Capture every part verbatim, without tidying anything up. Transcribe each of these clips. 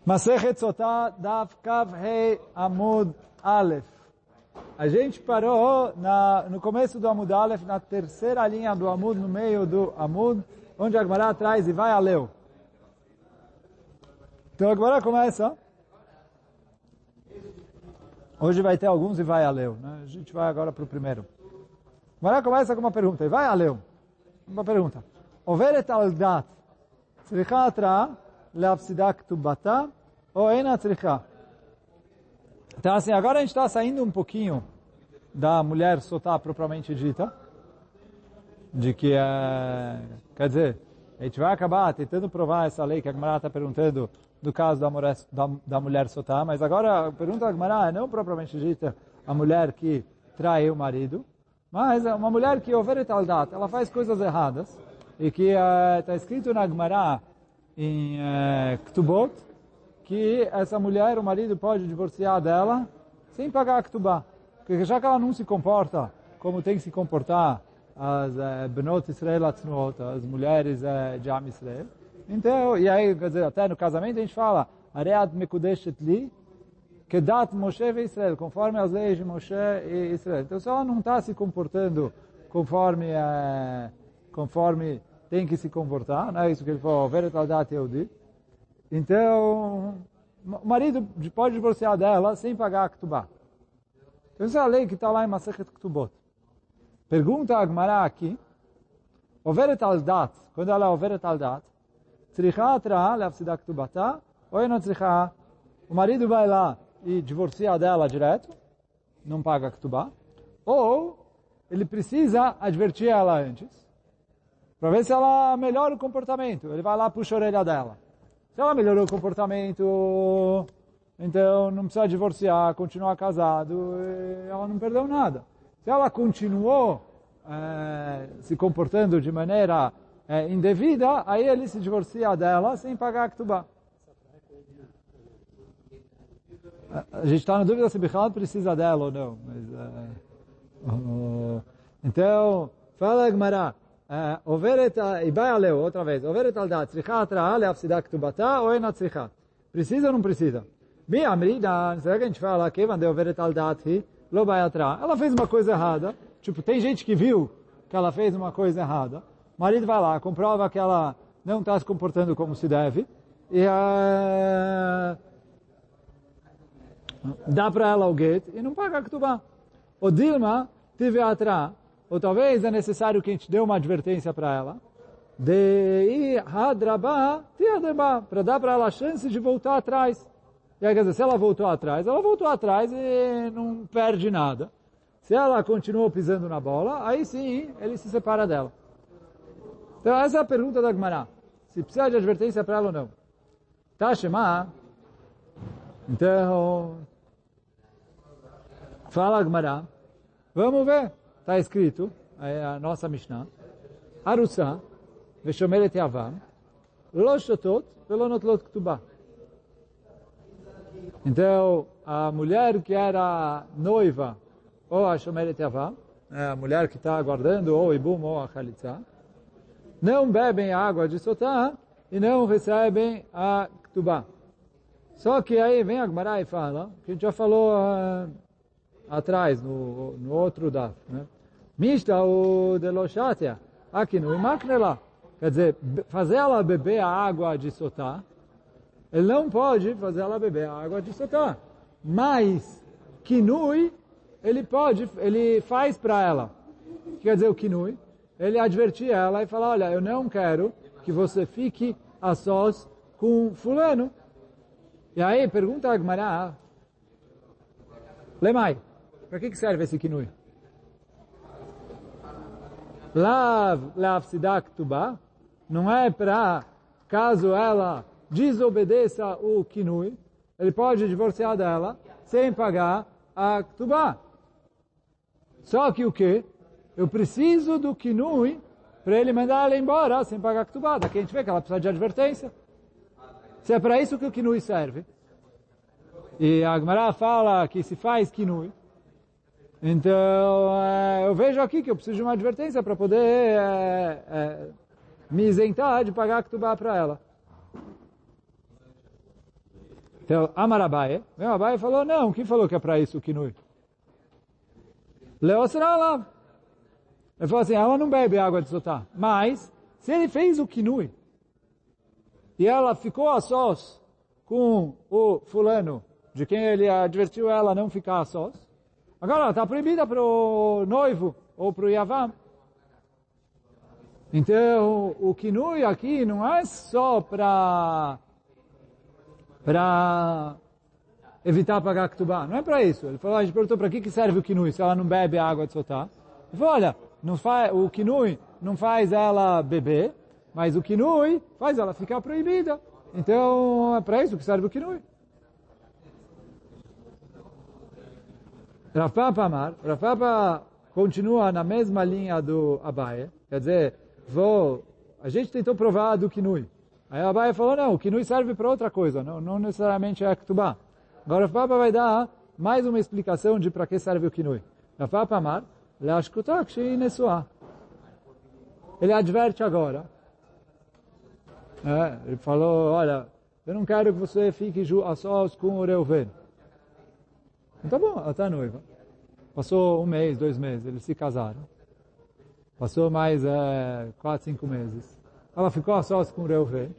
Masechet Sotah, Daf Kav Hei Amud Aleph. A gente parou na, no começo do Amud Aleph, na terceira linha do Amud, no meio do Amud, onde a Gemara traz e vai a leu. Então a Gemara começa. Hoje vai ter alguns e vai a leu, né? A gente vai agora para o primeiro. A Gemara começa com uma pergunta, e vai a leu. Uma pergunta. Overet al dat, tzricha atra, leafsida ktubata, ou ena tzricha? Então assim, agora a gente está saindo um pouquinho da mulher sotá propriamente dita, de que, é, quer dizer, a gente vai acabar tentando provar essa lei que a Gemara está perguntando do caso da mulher, da, da mulher sotá, mas agora a pergunta da Gemara é não propriamente dita a mulher que trai o marido, mas uma mulher que overet al dat, ela faz coisas erradas, e que está uh, escrito na Gemara em uh, Ktubot, que essa mulher, o marido pode divorciar dela sem pagar a Ktubá. Porque já que ela não se comporta como tem que se comportar as uh, Benot Israel Atznuot, as mulheres uh, de Am Israel. Então, e aí, quer dizer, até no casamento a gente fala, Areat Mekudeshet Li, Kedat Moshe e Israel, conforme as leis de Moshe e Israel. Então, se ela não está se comportando conforme, uh, conforme tem que se comportar, não é isso que ele falou, Veret al-Dat Yehudi. Então, o marido pode divorciar dela sem pagar a Ktubá. Então, essa é a lei que está lá em Masechet Ktubot. Pergunta a Gemara aqui, Overet al-Dat, quando ela é Overet al-Dat, tzricha atra leafsida Ktubata, ou não tzricha, o marido vai lá e divorcia dela direto, não paga a Ktubá, ou ele precisa advertir ela antes, para ver se ela melhora o comportamento. Ele vai lá e puxa a orelha dela. Se ela melhorou o comportamento, então não precisa divorciar, continuar casado, ela não perdeu nada. Se ela continuou é, se comportando de maneira é, indevida, aí ele se divorcia dela sem pagar a Ktubá. A gente está na dúvida se Bichal precisa dela ou não. Mas, é, uh, então, fala a Gemara. Overet, e vai a leu, outra vez. Overet al dat, tzricha atra leafsida ktubata, ou ena tzricha? Precisa ou não precisa? Bem, Amrida, será que a gente fala que vande overet al dat, lo vai atra? Ela fez uma coisa errada. Tipo, tem gente que viu que ela fez uma coisa errada. O marido vai lá, comprova que ela não está se comportando como se deve. E uh, dá para ela o get e não paga a ktubá. O Dilma tive atra. Ou talvez é necessário que a gente dê uma advertência para ela, de para dar para ela a chance de voltar atrás. E aí, quer dizer, se ela voltou atrás, ela voltou atrás e não perde nada. Se ela continuou pisando na bola, aí sim, ele se separa dela. Então, essa é a pergunta da Gemara. Se precisa de advertência para ela ou não. Tá, Shema? Então, fala a Gemara. Vamos ver. Está escrito, é a nossa Mishnah, Arusa, Veshomeret Yavam, Lo Shotot, Velo Notlot Ktubá. Então, a mulher que era noiva, ou a Shomeret Yavam, a mulher que está aguardando, ou Ibum, ou a Chalitza, não bebem a água de Sotá e não recebem a Ktubá. Só que aí vem a Gemara e fala, que a gente já falou uh, atrás, no, no outro daf, né? Mishta o de Loshatia, aqui no Imaknela. Quer dizer, fazer ela beber a água de Sotá, ele não pode fazer ela beber a água de Sotá. Mas, Kinui, ele pode, ele faz para ela. Quer dizer, o Kinui, ele advertir ela e falar, olha, eu não quero que você fique a sós com fulano. E aí, pergunta a Gemara, Lemai, para que, que serve esse Kinui? Lav, leafsida ktubá, não é para, caso ela desobedeça o kinui, ele pode divorciar dela sem pagar a ktubá. Só que o quê? Eu preciso do kinui para ele mandar ela embora sem pagar a ktubá. Daqui a gente vê que ela precisa de advertência. Se é para isso que o kinui serve. E a Gemara fala que se faz kinui, então, é, eu vejo aqui que eu preciso de uma advertência para poder é, é, me isentar de pagar a ktubá para ela. Então, Amar Abaye, meu Abaye falou, não, quem falou que é para isso o kinui? Leo será lá. Ele falou assim, ela não bebe água de sotá. Mas, se ele fez o kinui, e ela ficou a sós com o fulano, de quem ele advertiu ela a não ficar a sós, agora ela está proibida para o noivo, ou para o Yavam. Então, o kinui aqui não é só para para evitar pagar ktubá. Não é para isso. Ele falou, a gente perguntou para que, que serve o kinui, se ela não bebe a água de sotá. Ele falou, olha, não faz, o kinui não faz ela beber, mas o kinui faz ela ficar proibida. Então, é para isso que serve o kinui. Rav Papa Amar, Rav Papa continua na mesma linha do Abaye, quer dizer, vou, a gente tentou provar do kinui. Aí o Abaye falou, não, o kinui serve para outra coisa, não, não necessariamente é ktubá. Agora o Papa vai dar mais uma explicação de para que serve o kinui. Rav Papa Amar, leashkutak shei nesuah. Ele adverte agora. É, ele falou, olha, eu não quero que você fique a sós com o Reuven. Então, tá bom, ela está noiva. Passou um mês, dois meses, eles se casaram. Passou mais é, quatro, cinco meses. Ela ficou a sós com o Reuven.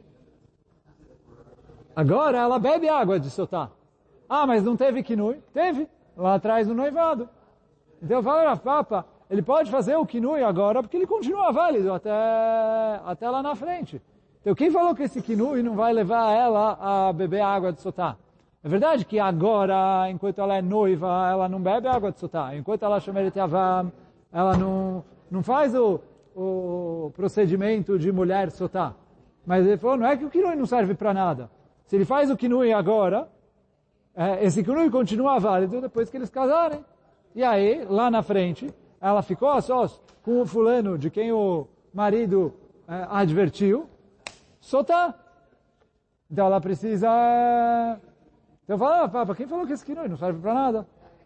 Agora ela bebe água de sotá. Ah, mas não teve kinui? Teve, lá atrás do noivado. Então eu falo, Papa, ele pode fazer o kinui agora porque ele continua válido até, até lá na frente. Então quem falou que esse kinui não vai levar ela a beber água de sotá? É verdade que agora, enquanto ela é noiva, ela não bebe água de sotá. Enquanto ela chama de avam, ela não, não faz o, o procedimento de mulher sotá. Mas ele falou, não é que o kinui não serve para nada. Se ele faz o kinui agora, é, esse kinui continua válido depois que eles casarem. E aí, lá na frente, ela ficou a sós com o fulano de quem o marido é, advertiu, sotá. Então ela precisa... Então fala, ah, Papa, quem falou que esse kinui não serve para nada?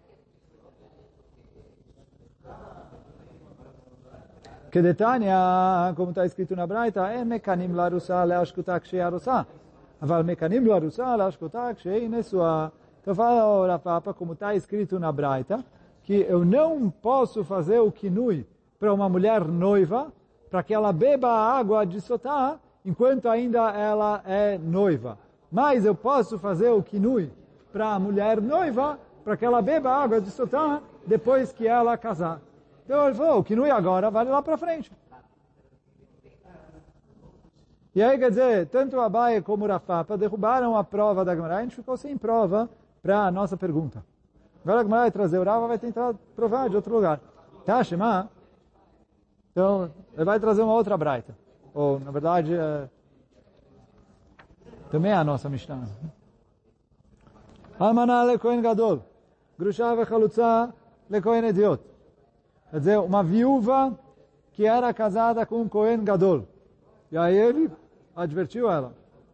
Que Detânia, como está escrito na Braita, é mekanim larusa leashkutak shei arusa. Aval mekanim larusa leashkutak shei nesua. Então fala, ora, Papa, como está escrito na Braita, que eu não posso fazer o kinui para uma mulher noiva, para que ela beba a água de sotá, enquanto ainda ela é noiva. Mas eu posso fazer o kinui para a mulher noiva, para que ela beba água de sotá depois que ela casar. Então ele falou, o kinui agora vale lá para frente. E aí, quer dizer, tanto a Abaye como o Rav Papa derrubaram a prova da Gemara, a gente ficou sem prova para a nossa pergunta. Agora a Gemara vai trazer o Rava, vai tentar provar de outro lugar. Tá, Shema? Então, ele vai trazer uma outra braita. Ou, na verdade, é... também é a nossa Mishnah. Almaná lekohen gadol. Grusha vechalutza lekohen ediot. Quer dizer, uma viúva que era casada com um Kohen gadol. E aí ele advertiu ela.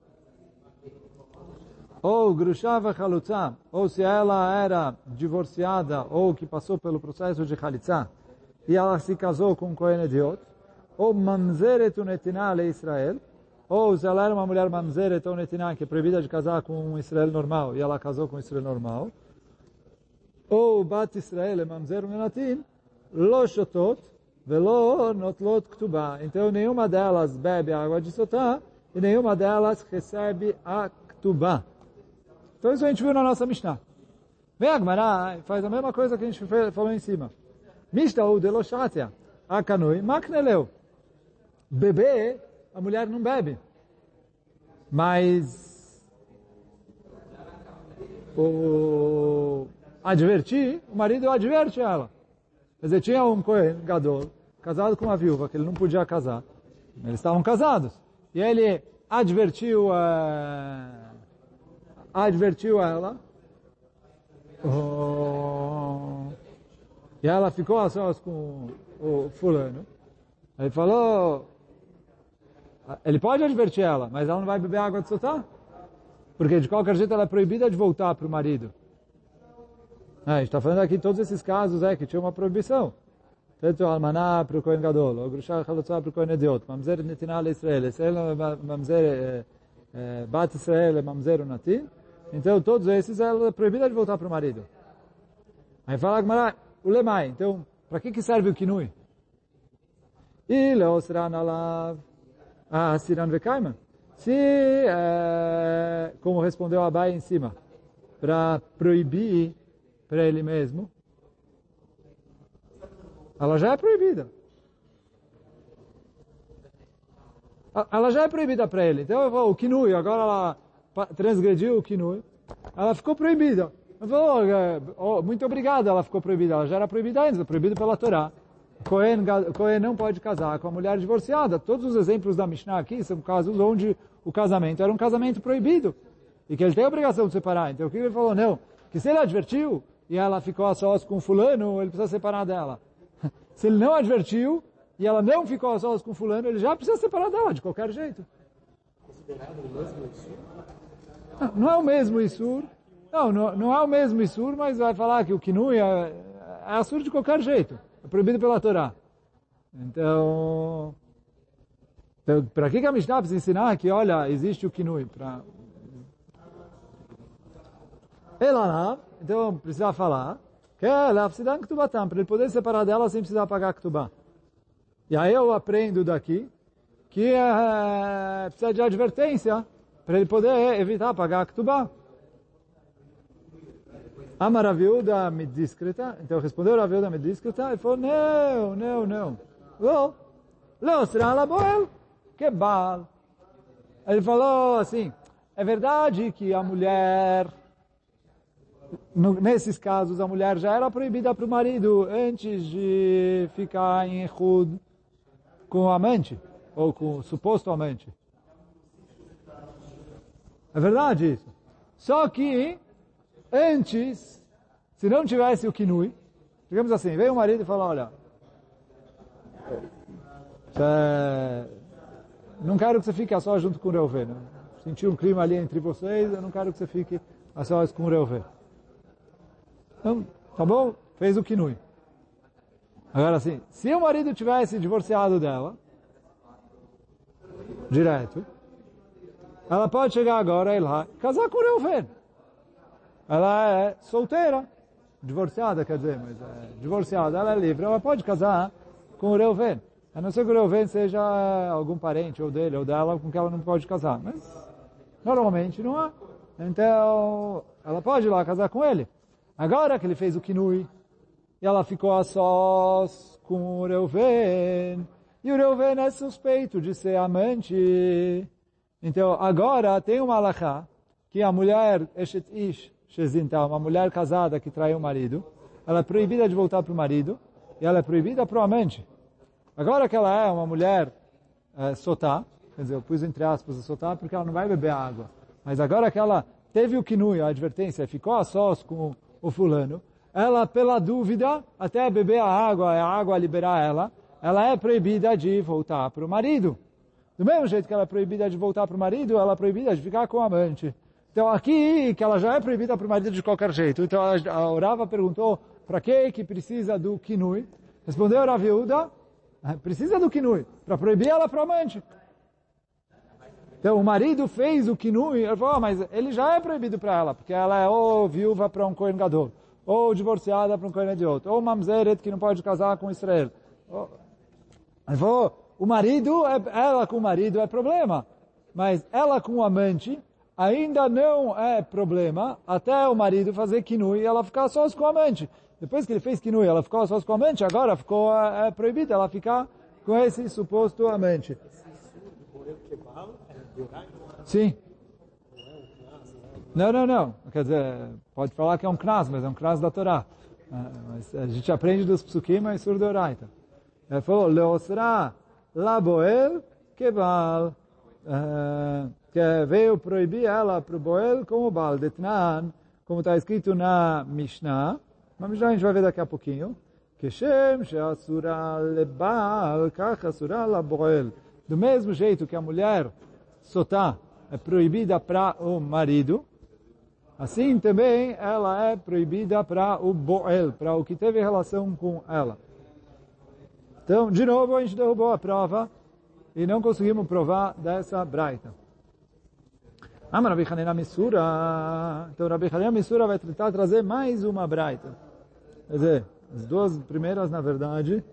Ou grusha vechalutza, ou se ela era divorciada, ou que passou pelo processo de chalitza, e ela se casou com um Kohen ediot, ou mamzeret unetina le Israel, ou se ela era uma mulher mamzeret ou netinah, que é proibida de casar com um Israel normal, e ela casou com um Israel normal, ou bat Israel e mamzer unenatin, lo shotot, velo notlot ktubá. Então nenhuma delas bebe a água de sotá, e nenhuma delas recebe a ktubá. Então isso a gente viu na nossa Mishnah. Vem a Gemara, faz a mesma coisa que a gente falou em cima. Mishnah ou deloshatia, a kanui, makneleu. Beber, a mulher não bebe. Mas o advertir, o marido adverte ela. Quer dizer, tinha um Kohen Gadol, casado com uma viúva, que ele não podia casar. Eles estavam casados. E ele advertiu, uh, advertiu ela. Oh, e ela ficou a sós com o fulano. Ele falou... Ele pode advertir ela, mas ela não vai beber água de sotá? Porque de qualquer jeito ela é proibida de voltar para o marido. É, a gente está falando aqui todos esses casos é, que tinha uma proibição. Tanto almaná para o Kohen Gadol, ou grushá chalutzá para o Kohen Ediot, mamzer netinah le Israel, Israel mamzer bat Israel mamzer unatin, Então, todos esses, ela é proibida de voltar para o marido. Aí fala a Gemara, o lemai. Então, para que, que serve o kinui? E leosran alav asiran vekaima. Se, é, como respondeu Abai em cima, para proibir para ele mesmo, ela já é proibida. Ela já é proibida para ele. Então, o kinui, agora ela transgrediu o kinui, ela ficou proibida. Ela falou, oh, muito obrigado, ela ficou proibida. Ela já era proibida antes, proibida pela Torá. Cohen, Cohen não pode casar com a mulher divorciada. Todos os exemplos da Mishnah aqui são casos onde o casamento era um casamento proibido. E que ele tem a obrigação de separar. Então o que ele falou? Não, que se ele advertiu e ela ficou a sós com fulano, ele precisa separar dela. Se ele não advertiu e ela não ficou a sós com fulano, ele já precisa separar dela, de qualquer jeito. Considerado o mesmo Isur? Não, não é o mesmo Isur. Não, não, não é o mesmo Isur, mas vai falar que o Kinui é, é Isur de qualquer jeito. É proibido pela Torá. Então, então para que, que a Mishnah precisa ensinar que, olha, existe o Kinui? Para... Ela, então, precisa falar que ela precisa de Ktubatam, para ele poder separar dela sem precisar pagar Ktubá. E aí eu aprendo daqui que é, precisa de advertência para ele poder evitar pagar Ktubá. A Maraviuda me discreta, então respondeu a Maraviuda me discreta e falou, não, não, não. Não, não, será la boel, que bal. Ele falou assim, é verdade que a mulher, no, nesses casos, a mulher já era proibida para o marido antes de ficar em Ehud com o amante, ou com o suposto amante. É verdade isso. Só que antes, se não tivesse o kinui, digamos assim, veio o marido e falou, olha, não quero que você fique a só junto com o Reuven. Senti um clima ali entre vocês, eu não quero que você fique a só com o Reuven. Então, tá bom? Fez o kinui. Agora assim, se o marido tivesse divorciado dela, direto, ela pode chegar agora e ir lá casar com o Reuven. Ela é solteira, divorciada, quer dizer, mas é divorciada, ela é livre, ela pode casar com o Reuven. A não ser que o Reuven seja algum parente, ou dele, ou dela, com que ela não pode casar. Mas, normalmente, não há. Então, ela pode ir lá casar com ele. Agora que ele fez o kinui, e ela ficou a sós com o Reuven, e o Reuven é suspeito de ser amante. Então, agora tem uma halachá, que a mulher, Eshet Ish, Shezinta, uma mulher casada que traiu o marido, ela é proibida de voltar para o marido, e ela é proibida para o amante. Agora que ela é uma mulher é, sotá, quer dizer, eu pus entre aspas a sotá, porque ela não vai beber água. Mas agora que ela teve o kinui, a advertência, ficou a sós com o fulano, ela, pela dúvida, até beber a água, a água liberar ela, ela é proibida de voltar para o marido. Do mesmo jeito que ela é proibida de voltar para o marido, ela é proibida de ficar com o amante. Então aqui, que ela já é proibida para o marido de qualquer jeito. Então a Orava perguntou, para que que precisa do kinui? Respondeu a Rav Yehuda, precisa do kinui, para proibir ela para o amante. Então o marido fez o kinui, ele falou, oh, mas ele já é proibido para ela, porque ela é ou viúva para um Kohen Gadol, ou divorciada para um Kohen Idiot, ou mamzeret que não pode casar com Israel. Ele falou, o marido, é, ela com o marido é problema, mas ela com o amante ainda não é problema até o marido fazer kinui e ela ficar sós com o amante. Depois que ele fez kinui, ela ficou sós com o amante, agora ficou é, proibida ela ficar com esse suposto amante. Sim. Não, não, não. Quer dizer, pode falar que é um knas, mas é um knas da Torá. Mas a gente aprende dos psukim, mas sur de oraita. Ele falou, leosra laboel kebal. Que veio proibir ela para o boel como bal detnan, como está escrito na Mishnah. Na Mishnah a gente vai ver daqui a pouquinho. Que shem she'asura lebal, kach asura laboel. Do mesmo jeito que a mulher sotá é proibida para o marido, assim também ela é proibida para o boel, para o que teve relação com ela. Então, de novo, a gente derrubou a prova e não conseguimos provar dessa braita. Ah, mas Rabi Hanina Missura. Então Rabi Hanina Missura vai tentar trazer mais uma braita. Quer dizer, as duas primeiras, na verdade,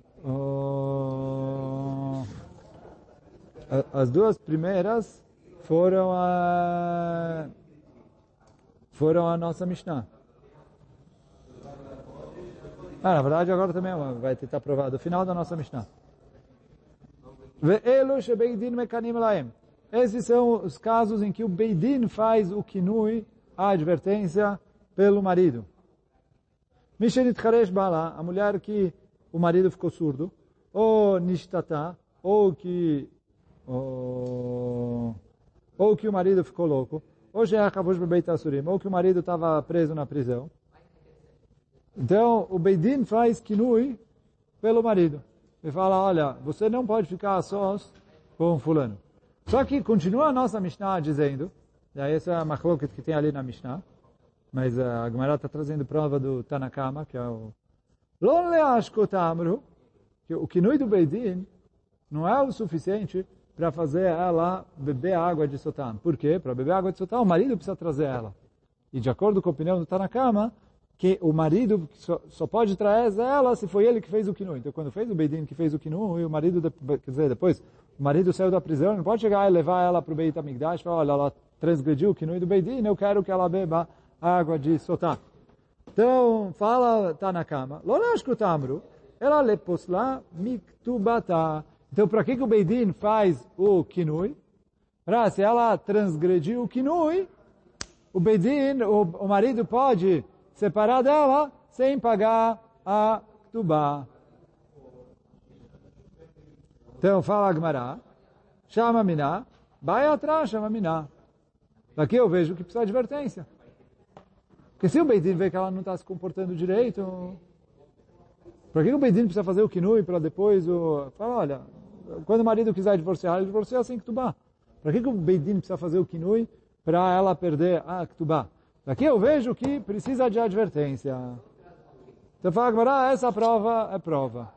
oh, as duas primeiras foram a, foram a nossa Mishnah. Ah, na verdade, agora também vai tentar provar do final da nossa Mishnah. Ve'elu shebeidin mekanim laem. Esses são os casos em que o Beidin faz o kinui, a advertência, pelo marido. Mishenit charesh bala, a mulher que o marido ficou surdo, ou nishtata, ou que, ou, ou que o marido ficou louco, ou she'achavush bebeit asurim, ou que o marido estava preso na prisão. Então, o Beidin faz kinui pelo marido. Ele fala, olha, você não pode ficar a sós com fulano. Só que continua a nossa Mishnah dizendo, e aí essa é a machloket que tem ali na Mishnah, mas a Gemara está trazendo prova do Tanakama, que é o Lon leashkot amru, que o kinui do Beidin não é o suficiente para fazer ela beber água de sotam. Por quê? Para beber água de sotam, o marido precisa trazer ela. E de acordo com a opinião do Tanakama, que o marido só, só pode trazer ela se foi ele que fez o kinui. Então, quando fez o Beidin que fez o kinui, o marido, quer dizer, depois, o marido saiu da prisão, não pode chegar e levar ela para o Beit HaMikdash e falar, olha, ela transgrediu o kinui do Beidin, eu quero que ela beba água de sotam. Então, fala Tanakama, Lolashko Tamru, ela leposla miktubata. Então, para que, que o Beidin faz o kinui? Para se ela transgrediu o kinui, o Beidin, o, o marido pode separar dela sem pagar a ktubá. Então fala a Gemara, chama miná, vai atrás, chama miná. Daqui eu vejo que precisa de advertência. Porque se o Beidin vê que ela não está se comportando direito, para que o Beidin precisa fazer o kinui para depois o... Fala, olha, quando o marido quiser divorciar, ele divorcia sem ktubá. Para que o Beidin precisa fazer o kinui para ela perder a ktubá? Daqui eu vejo que precisa de advertência. Então fala, Gemara, essa prova é prova.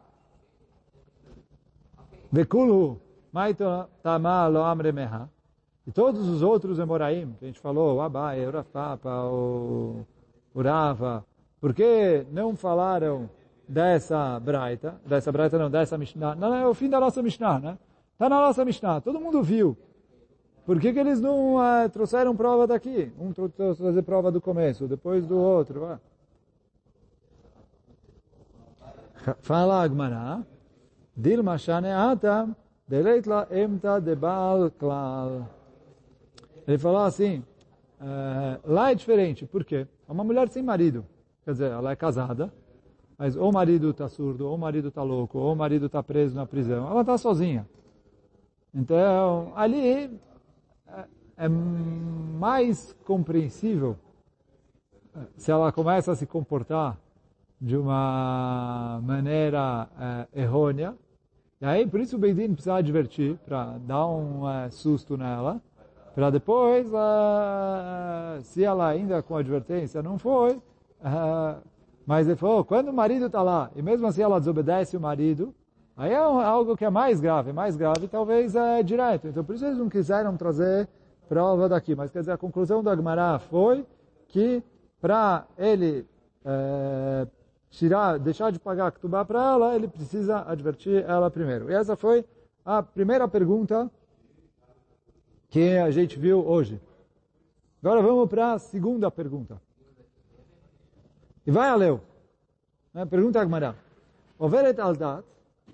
Vekulhu, maito tama lo amre meha. E todos os outros Emoraim, que a gente falou, o Abai, o Rafapa, o Urava, por que não falaram dessa braita? Dessa braita não, dessa Mishnah. Não, é o fim da nossa Mishnah, né? Está na nossa Mishnah, todo mundo viu. Por que, que eles não uh, trouxeram prova daqui? Um trouxe trazer prova do começo, depois do outro. Uh. Fala Agmará, Dilma shaneata deleitla emta de baal klal. Ele falou assim, uh, lá é diferente, por quê? É uma mulher sem marido, quer dizer, ela é casada, mas ou o marido está surdo, ou o marido está louco, ou o marido está preso na prisão, ela está sozinha. Então, ali é mais compreensível se ela começa a se comportar de uma maneira é, errônea. E aí, por isso o Beidin precisa advertir, para dar um é, susto nela, para depois, é, se ela ainda com advertência não foi, é, mas ele falou, quando o marido está lá, e mesmo assim ela desobedece o marido, aí é algo que é mais grave, mais grave talvez é direto. Então por isso eles não quiseram trazer prova daqui. Mas quer dizer, a conclusão da Gemara foi que para ele é, tirar, deixar de pagar a ktubá para ela, ele precisa advertir ela primeiro. E essa foi a primeira pergunta que a gente viu hoje. Agora vamos para a segunda pergunta. E vai a Leu. Né? Pergunta a Gemara. Overet aldat.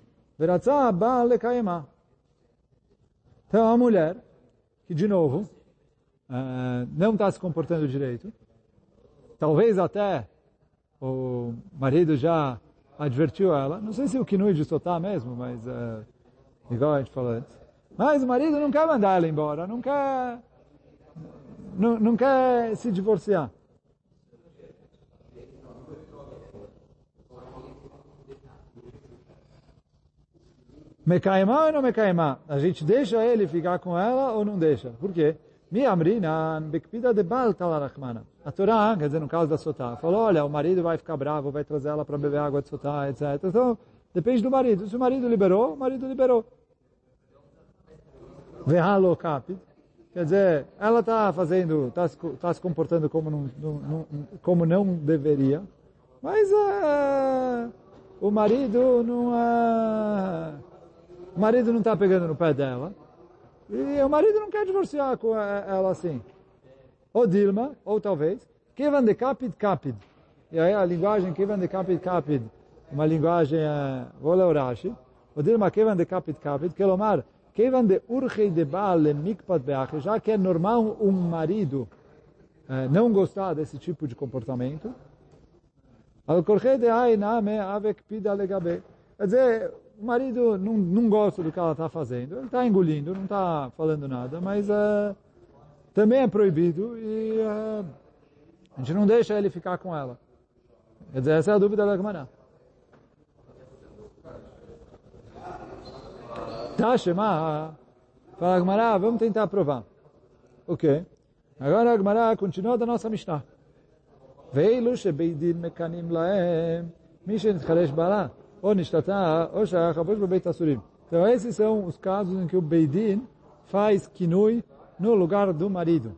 Então, a mulher, que de novo, uh, não está se comportando direito, talvez até o marido já advertiu ela, não sei se o kinui de sotar mesmo, mas uh, igual a gente falou antes, mas o marido não quer mandar ela embora, não quer, não, não quer se divorciar. Mekaimá ou não mekaimá? A gente deixa ele ficar com ela ou não deixa? Por quê? Mi amrinan bekpida de bal talarachmana. A Torá, quer dizer, no caso da sotá, falou, olha, o marido vai ficar bravo, vai trazer ela para beber água de sotá, etcétera. Então, depende do marido. Se o marido liberou, o marido liberou. Vehalo kapid. Quer dizer, ela está fazendo, está se, tá se comportando como não, não, como não deveria, mas uh, o marido não uh, o marido não está pegando no pé dela e o marido não quer divorciar com ela assim. Ou Dilma, ou talvez, Kevan de Capid Capid. E aí a linguagem Kevan de Capid Capid, uma linguagem, uh, vou ler o Rashi, ou Dilma Kevan de Capid Capid, que lomar, Kevan de Urchei de Baal Mikpat Beach, já que é normal um marido uh, não gostar desse tipo de comportamento, Al Korchei de Ainame Avek Pida Legabe. Quer dizer, o marido não, não gosta do que ela está fazendo, ele está engolindo, não está falando nada, mas uh, também é proibido e uh, a gente não deixa ele ficar com ela. Quer dizer, essa é a dúvida da Gemara. Tá, Shema, fala a Gemara, vamos tentar provar. Ok. Agora a Gemara continua da nossa Mishnah. Veilu shebeidin mekanim laem, mishen tcharesh bala, ou nishtata, ou shachabosh bebeit asurim. Então esses são os casos em que o beidin faz kinui no lugar do marido.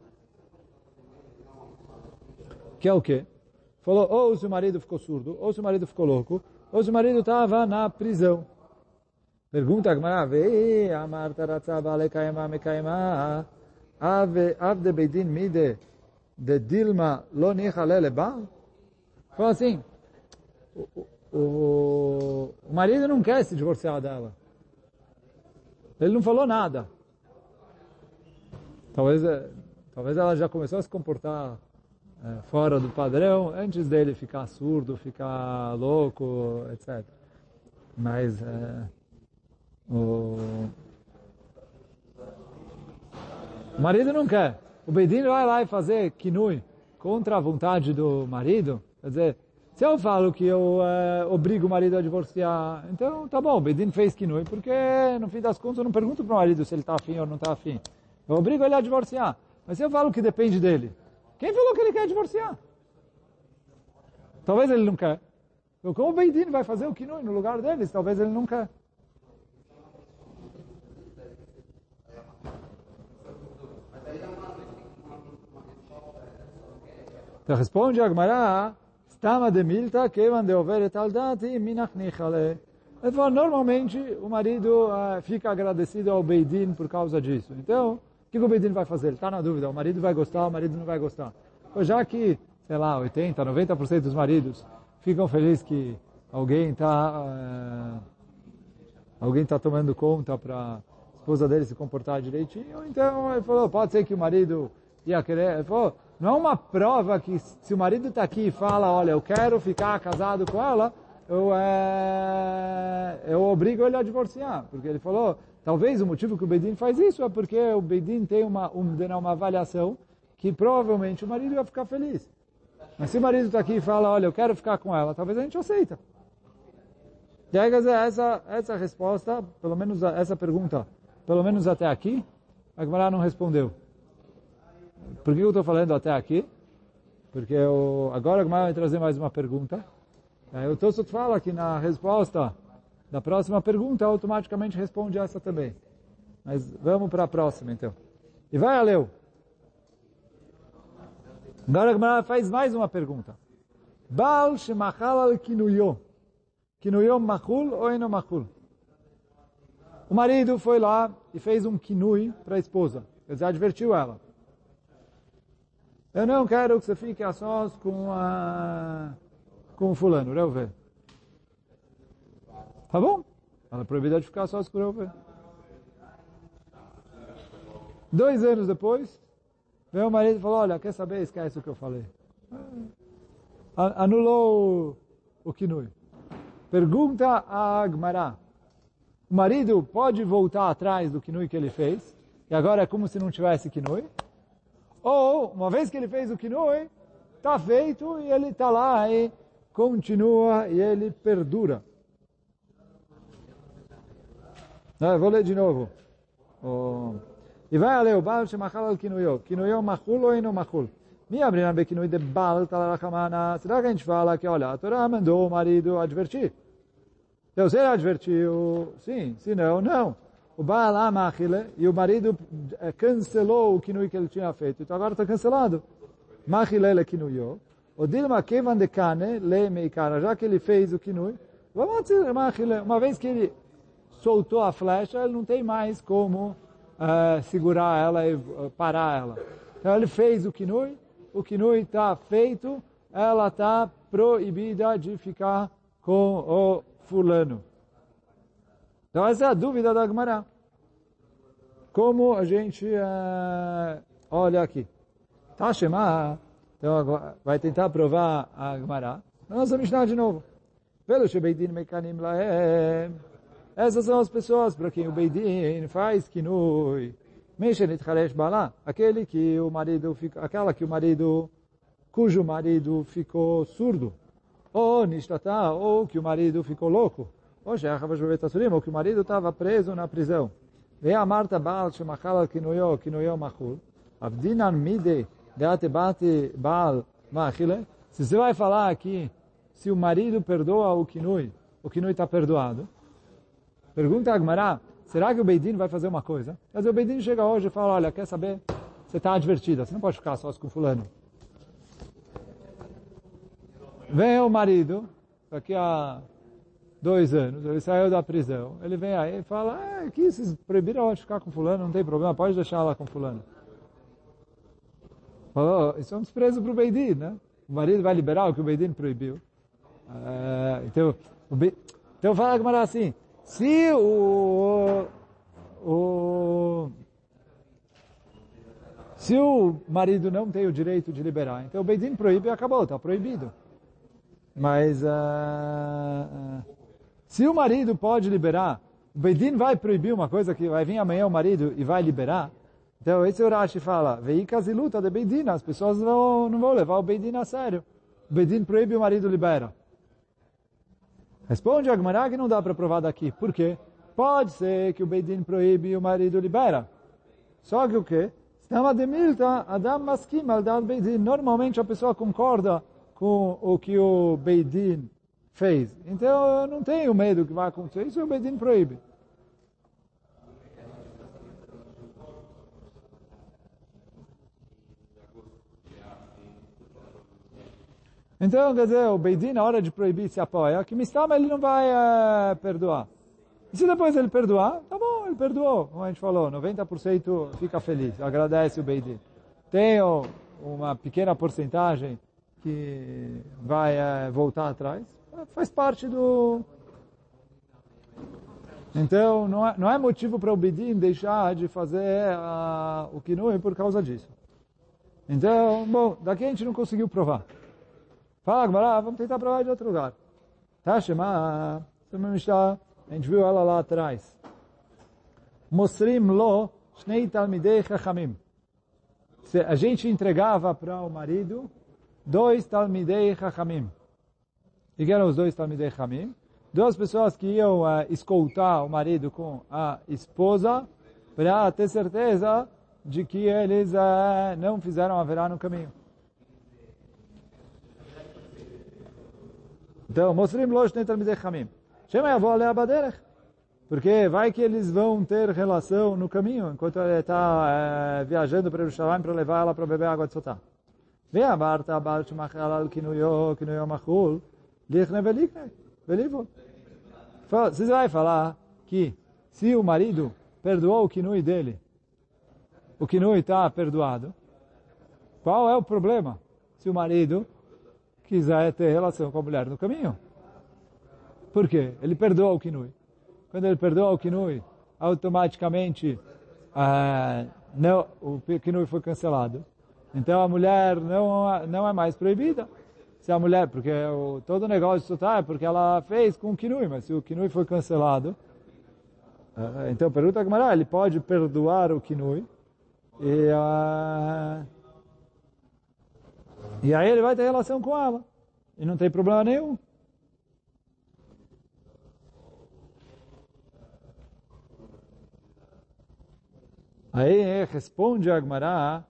Que é o quê? Falou, ou se o marido ficou surdo, ou se o marido ficou louco, ou se o marido estava na prisão. Pergunta a Gemara, vei, amar taratza bale kaima me kaima, ave avde beidin mide de Dilma lo nichalele baal? Fala assim, o, o, o marido não quer se divorciar dela. Ele não falou nada. Talvez, talvez ela já começou a se comportar é, fora do padrão antes dele ficar surdo, ficar louco, etcétera. Mas é, o, o marido não quer. O Beidin vai lá e fazer kinui contra a vontade do marido. Quer dizer, se eu falo que eu é, obrigo o marido a divorciar, então tá bom, o Beidin fez kinui, porque no fim das contas eu não pergunto para o marido se ele está afim ou não está afim. Eu obrigo ele a divorciar. Mas se eu falo que depende dele, quem falou que ele quer divorciar? Talvez ele não quer. Então, como o Beidin vai fazer o kinui no lugar deles? Talvez ele não quer. Então responde a Gemara, Stama de Milta, Kevan de Overet al Dati, Minach Nichale. Ele falou, normalmente o marido uh, fica agradecido ao Beidin por causa disso. Então, o que o Beidin vai fazer? Ele está na dúvida, o marido vai gostar, o marido não vai gostar. Então, já que, sei lá, oitenta, noventa por cento dos maridos ficam felizes que alguém está uh, alguém está tomando conta para a esposa dele se comportar direitinho, então ele falou, pode ser que o marido ia querer, ele falou, não é uma prova que se o marido está aqui e fala, olha, eu quero ficar casado com ela, eu, é, eu obrigo ele a divorciar. Porque ele falou, talvez o motivo que o Beidin faz isso é porque o Beidin tem uma, uma, uma avaliação que provavelmente o marido vai ficar feliz. Mas se o marido está aqui e fala, olha, eu quero ficar com ela, talvez a gente aceita. E aí, quer dizer, essa, essa resposta, pelo menos essa pergunta, pelo menos até aqui, a Gemara não respondeu. Por que eu estou falando até aqui? Porque eu, agora a Gemara vai trazer mais uma pergunta. O Tosfot fala que na resposta da próxima pergunta, automaticamente responde essa também. Mas vamos para a próxima, então. E vai a Leu. Agora a Gemara faz mais uma pergunta. Baal shemachal al kinuyo. Kinuyo machul ou eno machul? O marido foi lá e fez um kinui para a esposa. Quer dizer, advertiu ela. Eu não quero que você fique a sós com a... com o fulano, Reuven. Tá bom? Ela é proibida de ficar sós com o Reuven. Dois anos depois, veio o marido e falou, olha, quer saber? Esquece o que eu falei. Anulou o kinui. Pergunta a Agmará. O marido pode voltar atrás do kinui que ele fez, e agora é como se não tivesse kinui? Ou, uma vez que ele fez o kinui, está feito e ele está lá e continua e ele perdura. Não, vou ler de novo. Oh. E vai a ler o Baal shemachal al kinuyo. Kinuyo machul ou eno machul? Me abriram be kinui de Baal talarachamana. Será que a gente fala que, olha, a Torá mandou o marido advertir? Então, se ele advertiu, sim, se não, não. o Baal Amachile, e o marido cancelou o kinui que ele tinha feito. Então agora está cancelado. Machile le kinuyo. O Dilma Kevan de Kane le meikara. Já que ele fez o kinui, vamos dizer, Machile, uma vez que ele soltou a flecha, ele não tem mais como uh, segurar ela e uh, parar ela. Então ele fez o kinui, o kinui está feito, ela está proibida de ficar com o fulano. Então essa é a dúvida da Gemara. Como a gente uh, olha aqui. Tá, Shema. Então agora vai tentar provar a Gemara. Vamos Mishnah de novo. Pelo Shebeidin Mekanim Lahem. Essas são as pessoas para quem o Beidin faz kinui. Meshenit Charesh Balá. Aquele que o marido fica, aquela que o marido, cujo marido ficou surdo. Ou Nishtata, ou que o marido ficou louco. Ou ou que o marido estava preso na prisão. Vem a Marta Baal Shemachal Kinuyo, Kinuyo Machul. Avdinan Mide, Deate Bate Baal Machile. Se você vai falar aqui, se o marido perdoa o Kinui, o Kinui está perdoado. Pergunta a Agmará, será que o Beidin vai fazer uma coisa? Quer dizer, o Beidin chega hoje e fala, olha, quer saber? Você está advertida, você não pode ficar só com fulano. Vem o marido, daqui a dois anos, ele saiu da prisão, ele vem aí e fala, ah, aqui vocês proibiram de ficar com fulano, não tem problema, pode deixar ela com fulano. Falou, isso é um desprezo para o Beidin, né? O marido vai liberar o que o Beidin proibiu. Uh, então, o Be... então fala a Gemara assim, se o, o, se o marido não tem o direito de liberar, então o Beidin proíbe e acabou, está proibido. Mas uh, se o marido pode liberar, o Beidin vai proibir uma coisa que vai vir amanhã o marido e vai liberar. Então esse Urashi fala, veicas e luta de Beidin, as pessoas não, não vão levar o Beidin a sério. O Beidin proíbe e o marido libera. Responde a Gemara que não dá para provar daqui. Por quê? Pode ser que o Beidin proíbe e o marido libera. Só que o quê? Normalmente a pessoa concorda com o que o Beidin fez. Então eu não tenho medo que vai acontecer. Isso o Beidin proíbe. Então, quer dizer, o Beidin, na hora de proibir, se apoia, que Mistama ele não vai uh, perdoar. E se depois ele perdoar, tá bom, ele perdoou. Como a gente falou, noventa por cento fica feliz, agradece o Beidin. Tem oh, uma pequena porcentagem que vai uh, voltar atrás, faz parte do... Então, não é, não é motivo para o Beidin deixar de fazer uh, o Kinui por causa disso. Então, bom, daqui a gente não conseguiu provar. Fala, Gemara, vamos tentar provar de outro lugar. Tá, Shema, a gente viu ela lá atrás. Mosrim lo shnei talmidei chachamim. A gente entregava para o marido dois talmidei chachamim. E que eram os dois talmidei chachamim? Duas pessoas que iam uh, escoltar o marido com a esposa para ter certeza de que eles uh, não fizeram haverá no caminho. Então, Mosrim Losh Netar Midei Chamim. Shema Yavol Lea Baderech. Porque vai que eles vão ter relação no caminho, enquanto ele está é, viajando para Jerusalém para levar ela para beber água de Sotá. Vem a Marta, a Baal Shemachal al Kinuyo, Kinuyo Machul, Lichne Velikne, Velivol. Você vai falar que se o marido perdoou o Kinui dele, o Kinui está perdoado, qual é o problema? Se o marido quiser ter relação com a mulher no caminho. Por quê? Ele perdoa o Kinui. Quando ele perdoa o Kinui, automaticamente ah, não, o Kinui foi cancelado. Então a mulher não, não é mais proibida. Se a mulher, porque o, todo o negócio de Sotá é porque ela fez com o Kinui, mas se o Kinui foi cancelado, ah, então pergunta a Gemara, ele pode perdoar o Kinui e ah, E aí ele vai ter relação com ela. E não tem problema nenhum. Aí responde a Agmará,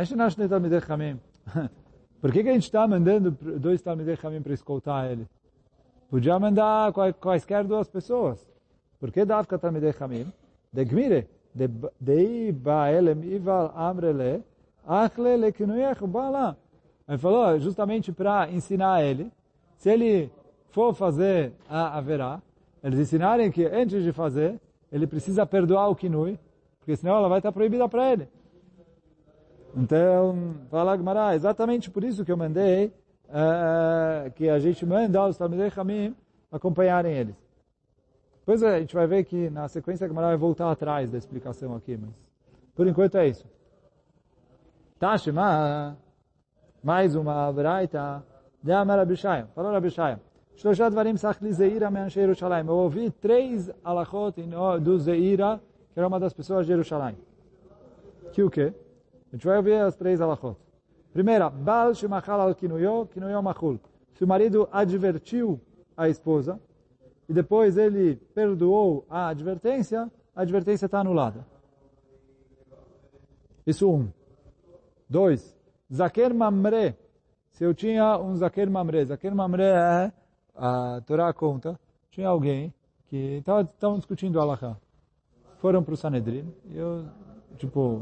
por que, que a gente está mandando dois Talmidei Chamim para escoltar ele? Podia mandar quaisquer duas pessoas. Por que Dafka Talmidei Chamim? de Gmire, de Baelem Ival Amrele, Achle Lekinuyech Bala. Ele falou justamente para ensinar ele, se ele for fazer a Averá, eles ensinarem que antes de fazer, ele precisa perdoar o Kinui, porque senão ela vai estar proibida para ele. Então, fala Gemara, exatamente por isso que eu mandei uh, que a gente manda os Talmidei Chamim acompanharem eles. Depois a gente vai ver que na sequência a Gemara vai voltar atrás da explicação aqui, mas por enquanto é isso. Tashima, mais uma braita, de Amar Abishaya. Falou Abishaya. Shloshat Varim Sachli Zeira Me'anshei Yerushalayim. Eu ouvi três alachot do Zeira, que era uma das pessoas de Jerusalém. Que o quê? A gente vai ouvir as três alachot. Primeira, Bal Shemachal al Kinuyo, Kinuyo Machul. Se o marido advertiu a esposa, e depois ele perdoou a advertência, a advertência está anulada. Isso um. Dois, Zaker Mamre. Se eu tinha um Zaker Mamre, Zaker Mamre é, a Torá conta, tinha alguém que estavam discutindo Halakha. Foram para o Sanedrin, e eu, tipo,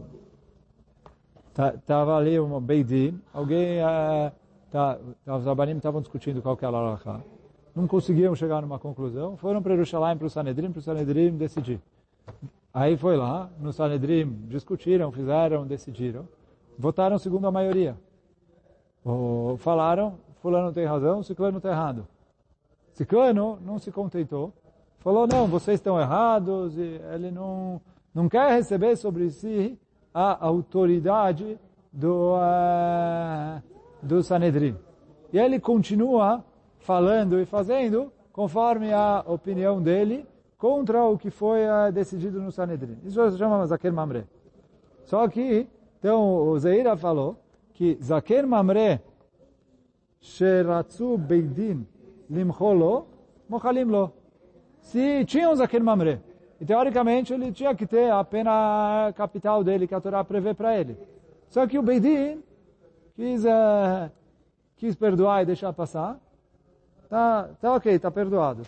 estava ali um Beidin, alguém, uh, tá, os Rabanim estavam discutindo qual que era a Halakha. Não conseguiam chegar numa conclusão, foram para Jerusalém, para o Sanedrin, para o Sanedrin decidir. Aí foi lá, no Sanedrin, discutiram, fizeram, decidiram, votaram segundo a maioria. Ou falaram, fulano tem razão, ciclano está errado. Ciclano não se contentou, falou, não, vocês estão errados, e ele não, não quer receber sobre si a autoridade do, uh, do Sanedrin. E ele continua falando e fazendo conforme a opinião dele, contra o que foi uh, decidido no Sanedrin. Isso se chama Zaker Mamre. Só que, então, o Zeira falou que Zaker Mamre Sheratzu Beidin Limcholo Mochalim Lo. Se tinha um Zaker Mamre, e teoricamente ele tinha que ter a pena capital dele, que a Torá prevê para ele. Só que o Beidin quis, uh, quis perdoar e deixar passar. Tá, tá ok, está perdoado.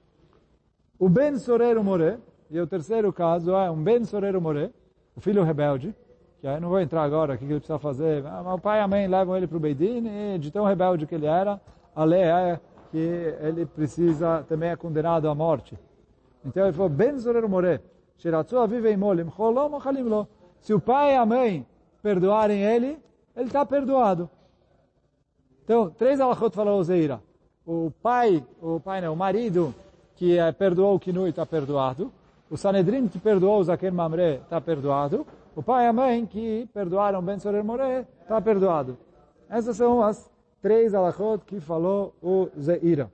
O Ben Sorero More, e o terceiro caso é um Ben Sorero More, o filho rebelde, que aí não vou entrar agora, o que ele precisa fazer, mas o pai e a mãe levam ele para o Beidin, e de tão rebelde que ele era, a lei é que ele precisa, também é condenado à morte. Então ele falou, Ben Sorero More, Shiratzu Aviv Molim, Cholom Mochalim Lo. Se o pai e a mãe perdoarem ele, ele está perdoado. Então, três alachot falou o Zeira. O pai, o pai não, o marido que é, perdoou o Kinui está perdoado. O Sanedrin que perdoou o Zaker Mamre está perdoado. O pai e a mãe que perdoaram Ben Sorero More está perdoado. Essas são as três alachot que falou o Zeira.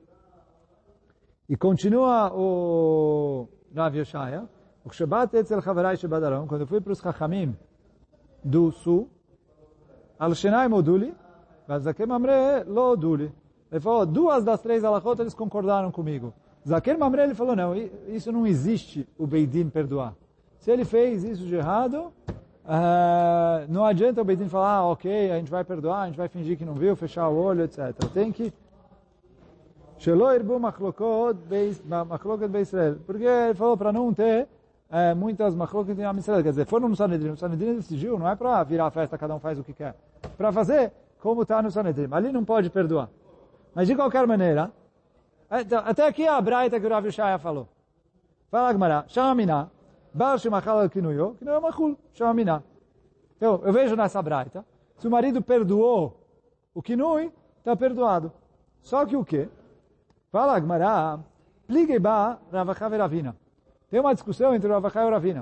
E continua o Rav Yeshaya. O Shabbat etzel Chavarai Shebadarom, quando eu fui para os Chachamim do Sul, Al Shenai Moduli, Al Zaker Mamre Lo Duli. Ele falou, duas das três alachot eles concordaram comigo. Zaker Mamre, ele falou, não, isso não existe, o Beidin perdoar. Se ele fez isso de errado, uh, não adianta o Beidin falar, ah, ok, a gente vai perdoar, a gente vai fingir que não viu, fechar o olho, etcétera. Tem que... Shelo irbu machlokot be'Israel. Porque ele falou para não ter uh, muitas machlokot em Israel. Quer dizer, foram no Sanedrin, o Sanedrin decidiu, não é para virar a festa, cada um faz o que quer. Para fazer como está no Sanedrin. Ali não pode perdoar. Mas de qualquer maneira, até aqui a braita que o Rav Yeshaya falou. Fala Gemara, Shamina, Baal Shemachal al Kinuyo, Kinuyo Machul, Shamina. Então, eu vejo nessa braita, se o marido perdoou o Kinui, está perdoado. Só que o quê? Fala Gemara, Pligeba Ravacha e Ravina. Tem uma discussão entre Ravacha e Ravina.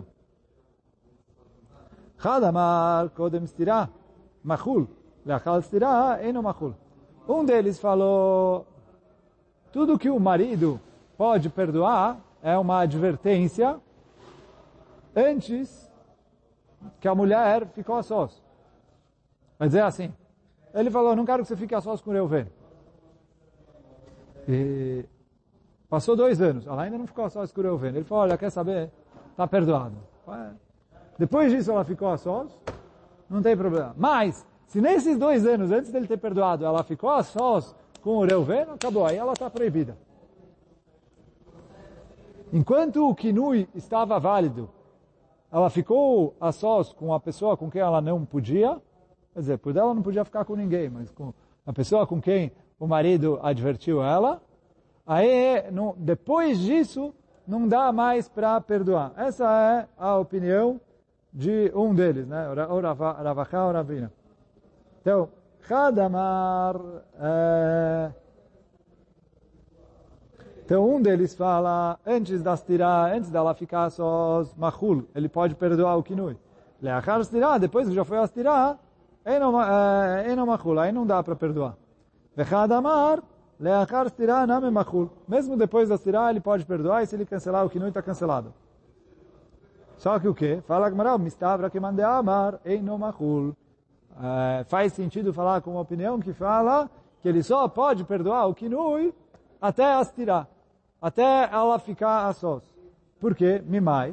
Chadamar Kodem Stira, Machul, Leachal Stira, Eno Machul. Um deles falou, tudo que o marido pode perdoar é uma advertência antes que a mulher ficou a sós. Vai dizer assim, ele falou, não quero que você fique a sós com o Reuven. E passou dois anos, ela ainda não ficou a sós com o Reuven. Ele falou, olha, quer saber? Está perdoado. Depois disso ela ficou a sós, não tem problema. Mas, se nesses dois anos, antes dele ter perdoado, ela ficou a sós com o Reuven, acabou. Aí ela está proibida. Enquanto o Kinui estava válido ela ficou a sós com a pessoa com quem ela não podia, quer dizer, por ela não podia ficar com ninguém, mas com a pessoa com quem o marido advertiu ela, aí, não, depois disso, não dá mais para perdoar. Essa é a opinião de um deles, né? Ou Ravachá ou Ravina. Então, Hadamar, é... então um deles fala, antes da astirá, antes dela ficar só machul, ele pode perdoar o kinui. Leachar astirá, depois que já foi astirá, eno machul, aí não dá para perdoar. Vechadamar, leachar astirá, name machul. Mesmo depois da astirá, ele pode perdoar, e se ele cancelar o kinui, está cancelado. Só que o quê? Fala Gmará, mistavra que mande amar, eno machul. É, faz sentido falar com uma opinião que fala que ele só pode perdoar o kinui até astirá, até ela ficar a sós. Por quê? Mimai.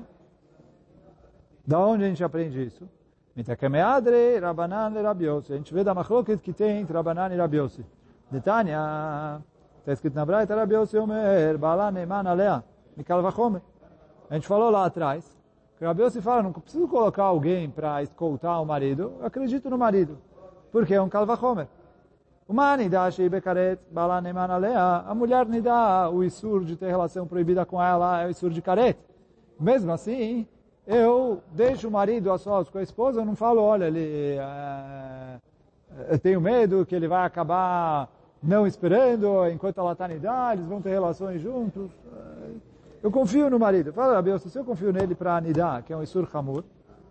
Da onde a gente aprende isso? Mitakemeadre, Rabanan e Rabiose. A gente vê da machloket que tem entre Rabanan e Rabiose. Detania, está escrito na Braita, Rabiose Omer, Bala Neiman Alea, Mikal Vachomer. A gente falou lá atrás, que Rabiose fala, não preciso colocar alguém para escoltar o marido, eu acredito no marido. Porque é um Kal Vachomer. Uma nidá shei bekaret, bala neman alea, a mulher nidá o isur de ter relação proibida com ela, é o isur de karet. Mesmo assim, eu deixo o marido a sós com a esposa, eu não falo, olha, ele, é, eu tenho medo que ele vai acabar não esperando, enquanto ela está nidá, eles vão ter relações juntos. Eu confio no marido. Fala, Rabi, se eu confio nele para nidá, que é um isur hamur,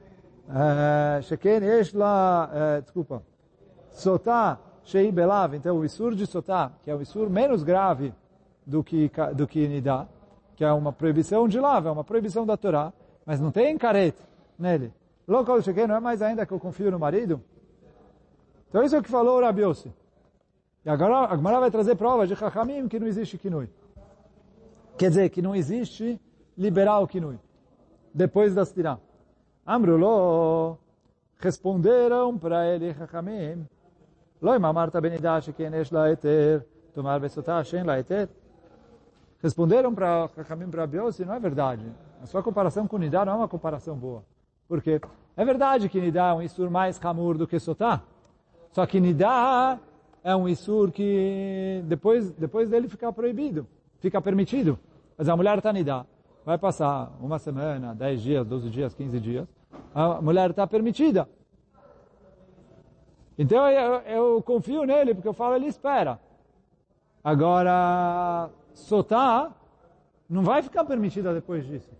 sheken yesh la, desculpa, sotá, Shei Belav, então o Isur de Sotá, que é o Isur menos grave do que, do que Nidá, que é uma proibição de Lav, é uma proibição da Torá, mas não tem caret nele. Local Shekei não é mais ainda que eu confio no marido? Então isso é o que falou o Rabi Yossi. E agora a Gemara vai trazer provas de Chachamim que não existe Kinui. Quer dizer, que não existe liberar o Kinui. Depois da Stirá. Amrulo, responderam para ele Chachamim, לא אם אמרת בנידה שכן יש לה היתר, תאמר בסוטה שאין לה היתר. Responderam para Chachamim para Rabi Yossi, não é verdade. A sua comparação com Nidá não é uma comparação boa. Por quê? É verdade que Nidá é um Isur mais hamur do que Sotá. Só que Nidá é um Isur que depois, depois dele fica proibido, fica permitido. Mas a mulher está Nidá, vai passar uma semana, dez dias, doze dias, quinze dias, a mulher está permitida. Então eu, eu confio nele, porque eu falo, ele espera. Agora, Sotá não vai ficar permitida depois disso.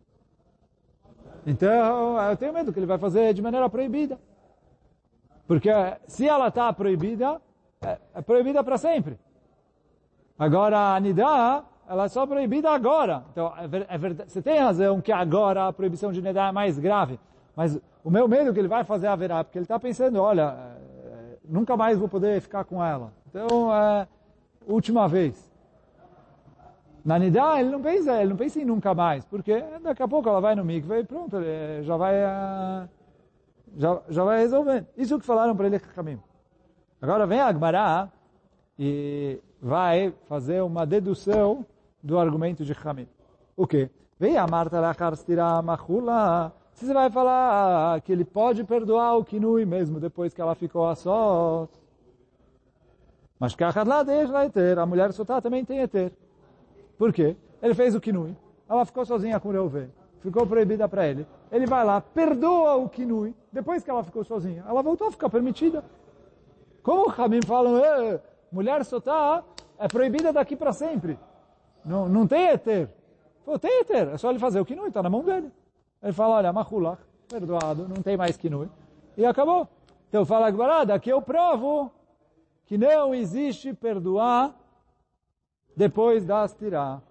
Então, eu tenho medo que ele vai fazer de maneira proibida. Porque se ela está proibida, é, é proibida para sempre. Agora, a Nidá, ela é só proibida agora. Então, é, ver, é verdade, você tem razão que agora a proibição de Nidá é mais grave. Mas o meu medo é que ele vai fazer haverá, porque ele está pensando, olha, é, nunca mais vou poder ficar com ela. Então, é última vez. Na Nidá, ele não pensa, ele não pensa em nunca mais, porque daqui a pouco ela vai no mikve e pronto, ele já vai, já, já vai resolver. Isso que falaram para ele Chachamim. Agora vem a Gemara e vai fazer uma dedução do argumento de Chachamim. O quê? Vem a Marta lachar stira machula. Se você vai falar que ele pode perdoar o kinui mesmo depois que ela ficou a sós. Mas a mulher Sotá também tem eter. Por quê? Ele fez o kinui, ela ficou sozinha com o Reuven, ficou proibida para ele. Ele vai lá, perdoa o kinui, depois que ela ficou sozinha, ela voltou a ficar permitida. Como o Ramim falam, mulher Sotá é proibida daqui para sempre. Não, não tem eter. Falou, tem eter, é só ele fazer o kinui, está na mão dele. Ele fala, olha, machulach, perdoado, não tem mais kinui. E acabou. Então fala, agora, daqui eu provo que não existe perdoar depois da astirá.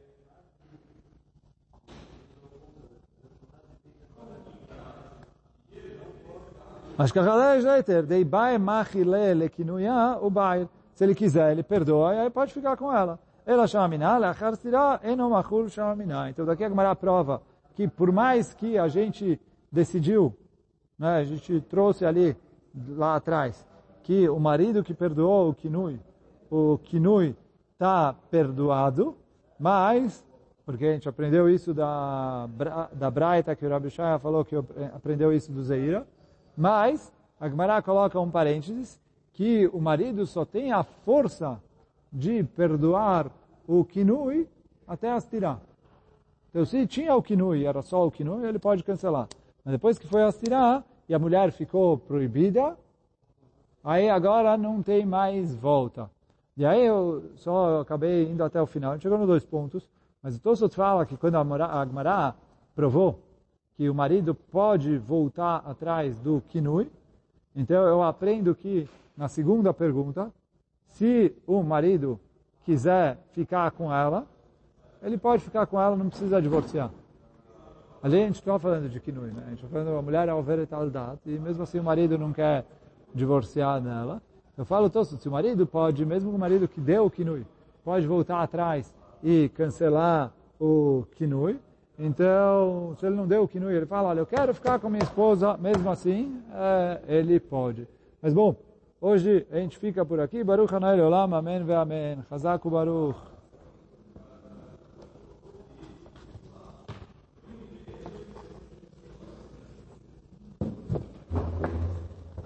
Mas se ele quiser, ele perdoa e aí pode ficar com ela. Ela chama lachar astirá, eno machul chama. Então daqui a Gemara prova que por mais que a gente decidiu, né, a gente trouxe ali, lá atrás, que o marido que perdoou o kinui, o kinui está perdoado, mas porque a gente aprendeu isso da, da Braita, que o Rabi Shaya falou que aprendeu isso do Zeira, mas a Gemara coloca um parênteses, que o marido só tem a força de perdoar o kinui até as tirar. Então, se tinha o kinui, era só o kinui, ele pode cancelar. Mas depois que foi as tirar, e a mulher ficou proibida, aí agora não tem mais volta. E aí eu só acabei indo até o final, a gente chegou nos dois pontos, mas o Tosfot fala que quando a Gemara provou que o marido pode voltar atrás do kinui, então eu aprendo que, na segunda pergunta, se o marido quiser ficar com ela, ele pode ficar com ela, não precisa divorciar. Ali a gente está falando de kinui, né? A gente está falando que a mulher é overet aldat, e mesmo assim o marido não quer divorciar dela. Eu falo, Tosfot, se o marido pode, mesmo o marido que deu o kinui, pode voltar atrás e cancelar o kinui. Então, se ele não deu o kinui, ele fala, olha, eu quero ficar com minha esposa, mesmo assim, é, ele pode. Mas bom, hoje a gente fica por aqui. Baruch Hanai Leolam, Amém ve Amém. Chazak u Baruch.